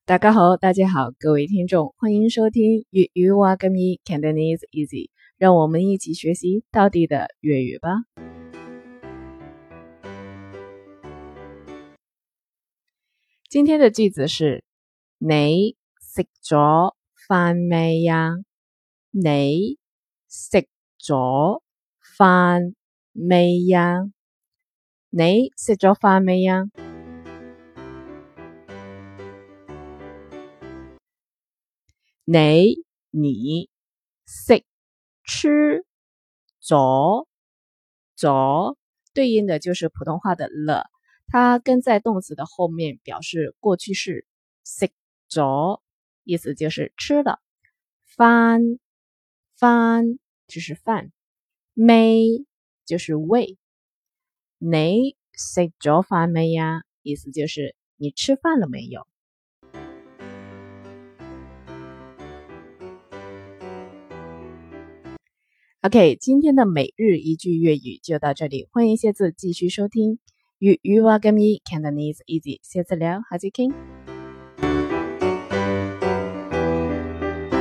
大家好，各位听众，欢迎收听粤语话咁易 Cantonese Easy，让我们一起学习到底的粤语吧。今天的句子是：你食咗飯未呀？你食咗飯未呀？你食咗飯未呀？你食吃咗对应的就是普通话的了，它跟在动词的后面表示过去式。食咗意思就是吃了，飯就是饭，未就是未。你食咗飯未呀？意思就是你吃饭了没有。OK， 今天的每日一句粤语就到这里，欢迎下次继续收听粤语話咁易 Cantonese Easy，下次聊，下次傾。